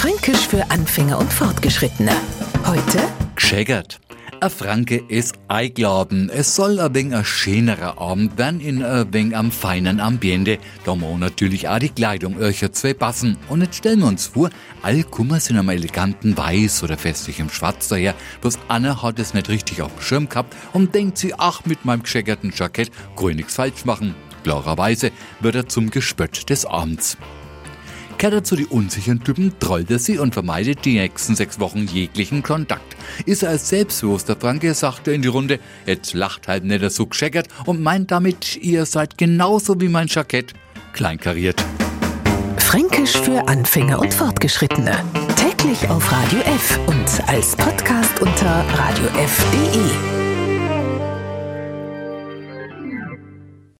Fränkisch für Anfänger und Fortgeschrittene. Heute G'scheggert. A Franke ist eingeladen. Es soll ein wenig ein schönerer Abend werden in ein wenig am feinen Ambiente. Da muss natürlich auch die Kleidung euch zwei passen. Und jetzt stellen wir uns vor, all Kummer sind am eleganten Weiß oder festlichem Schwarz daher. Bloß Anna hat es nicht richtig auf dem Schirm gehabt und denkt sie, ach, mit meinem geschägerten Jackett kann ich nichts falsch machen. Klarerweise wird er zum Gespött des Abends. Kehrt er zu die unsicheren Typen, trollt er sie und vermeidet die nächsten 6 Wochen jeglichen Kontakt. Ist er als selbstbewusster Franke, sagt er in die Runde, jetzt lacht halt nicht so gescheckert und meint damit, ihr seid genauso wie mein Jackett, kleinkariert. Fränkisch für Anfänger und Fortgeschrittene. Täglich auf Radio F und als Podcast unter radiof.de.